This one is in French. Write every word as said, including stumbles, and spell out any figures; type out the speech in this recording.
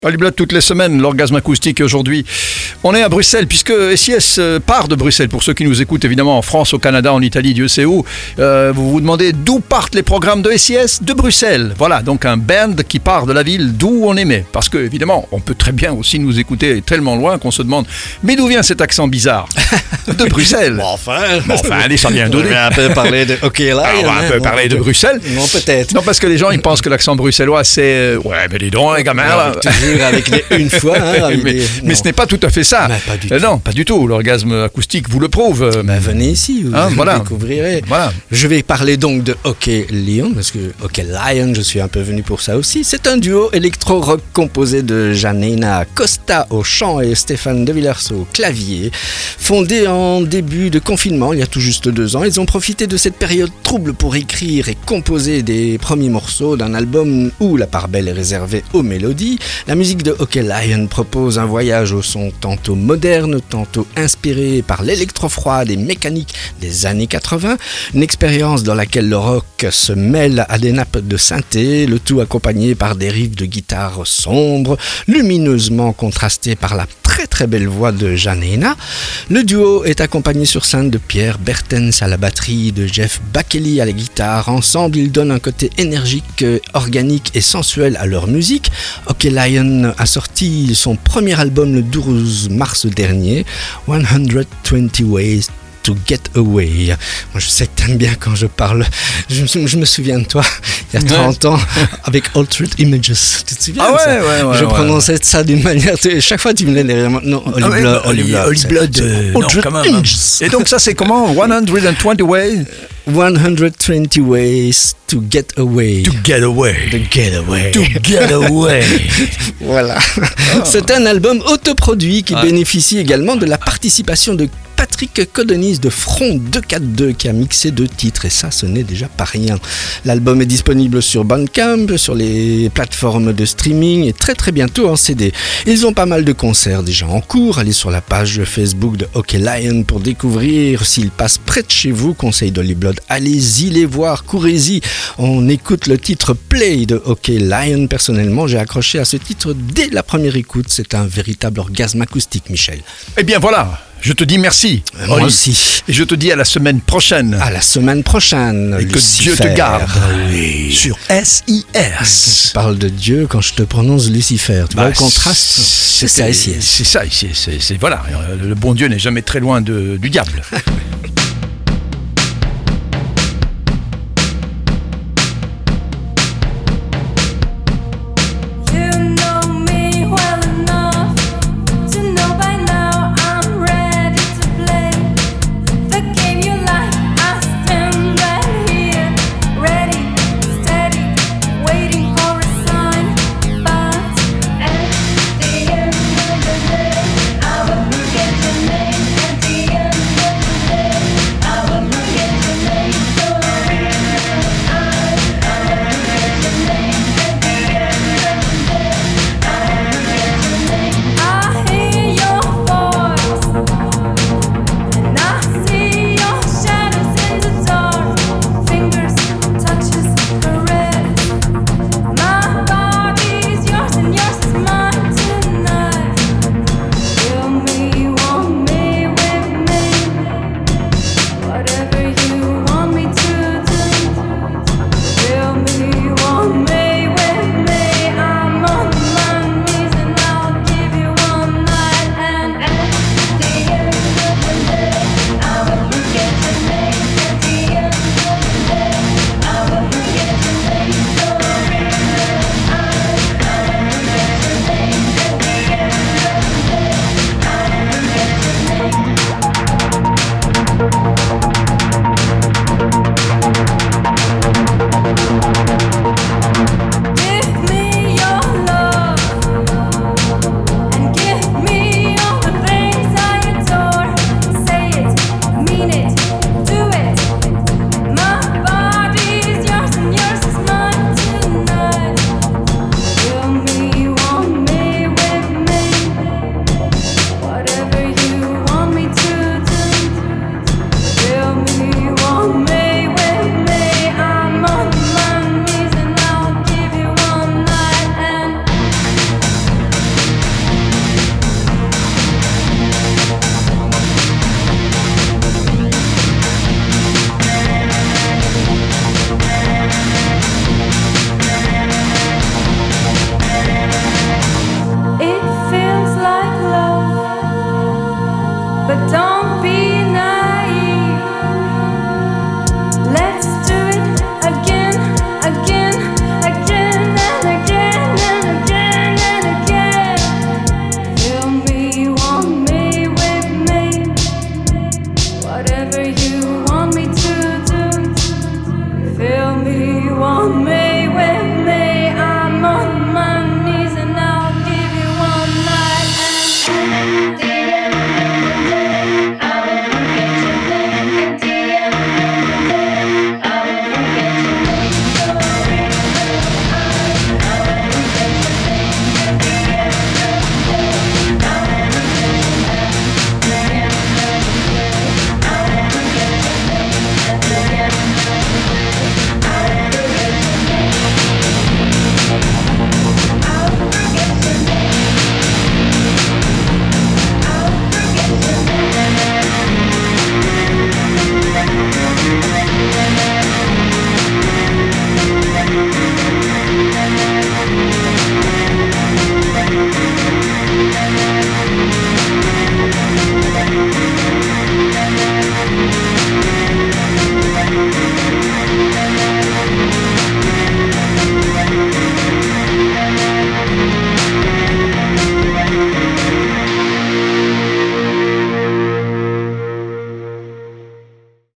Hollywood toutes les semaines, l'orgasme acoustique. Aujourd'hui, on est à Bruxelles, puisque S I S part de Bruxelles. Pour ceux qui nous écoutent évidemment en France, au Canada, en Italie, Dieu sait où, euh, vous vous demandez d'où partent les programmes de S I S? De Bruxelles. Voilà, donc un band qui part de la ville d'où on aimait. Parce que évidemment, on peut très bien aussi nous écouter tellement loin qu'on se demande, mais d'où vient cet accent bizarre? De Bruxelles. Bon, enfin, bon, enfin, allez, ça vient d'où? On va un peu parler de OK là. Ah, on va un peu parler de Bruxelles. Non, peut-être. Non, parce que les gens, ils pensent que l'accent bruxellois, c'est... Ouais, mais dis donc, les gamins, là... Toujours avec les une fois. Hein, avec mais, des... mais ce n'est pas tout à fait ça. Mais pas du euh, tout. non, pas du tout. L'orgasme acoustique vous le prouve. Ben, venez ici, vous, hein, vous voilà. découvrirez. Voilà. Je vais parler donc de OK Lion, parce que OK Lion, je suis un peu venu pour ça aussi. C'est un duo électro-rock composé de Janina Costa au chant et Stéphane De Villers au clavier. Fondé en début de confinement, il y a tout juste deux ans, ils ont profité de cette période trouble pour écrire et composer des premiers morceaux d'un album où la part belle est réservée aux mélodies. La musique de OK Lion propose un voyage au son tantôt moderne, tantôt inspiré par l'électro-froid des mécaniques des années quatre-vingts, une expérience dans laquelle le rock se mêle à des nappes de synthé, le tout accompagné par des riffs de guitare sombres, lumineusement contrastés par la très très belle voix de Janina. Le duo est accompagné sur scène de Pierre Bertens à la batterie, de Jeff Bakely à la guitare. Ensemble, ils donnent un côté énergique, organique et sensuel à leur musique. OK Lion a sorti son premier album le douze mars dernier, one hundred twenty Ways to Get Away. Moi, je sais que t'aimes bien quand je parle. Je, je me souviens de toi, il y a trente ans, avec Altered Images. Tu te souviens ah de ouais, ça? ouais, ouais, Je ouais, prononçais ouais. ça d'une manière... Chaque fois, tu me l'as derrière moi. Non, Holy Ah ouais, Blood. Holy Blood. Holy Blood. Euh, non, quand même, hein. Et donc, ça, c'est comment? one hundred twenty Ways? one hundred twenty Ways to Get Away. To get away. To get away. To get away. Voilà. Oh. C'est un album autoproduit qui ouais. bénéficie également de la participation de Patrick Codonis de Front deux cent quarante-deux qui a mixé deux titres, et ça, ce n'est déjà pas rien. L'album est disponible sur Bandcamp, sur les plateformes de streaming et très très bientôt en C D. Ils ont pas mal de concerts déjà en cours. Allez sur la page Facebook de OK Lion pour découvrir s'ils passent près de chez vous. Conseil d'Holly Blood, allez-y les voir, courez-y. On écoute le titre Play de OK Lion. Personnellement, j'ai accroché à ce titre dès la première écoute. C'est un véritable orgasme acoustique, Michel. Eh bien voilà. Je te dis merci. Moi Oli. aussi. Et je te dis à la semaine prochaine. À la semaine prochaine. Et que Lucifer. Dieu te garde. Oui. Sur S I S. Je parle de Dieu quand je te prononce Lucifer. Tu bah, vois le contraste? C'est ça, S I S. C'est ça, c'est, c'est, c'est, voilà. Le bon Dieu n'est jamais très loin de, du diable.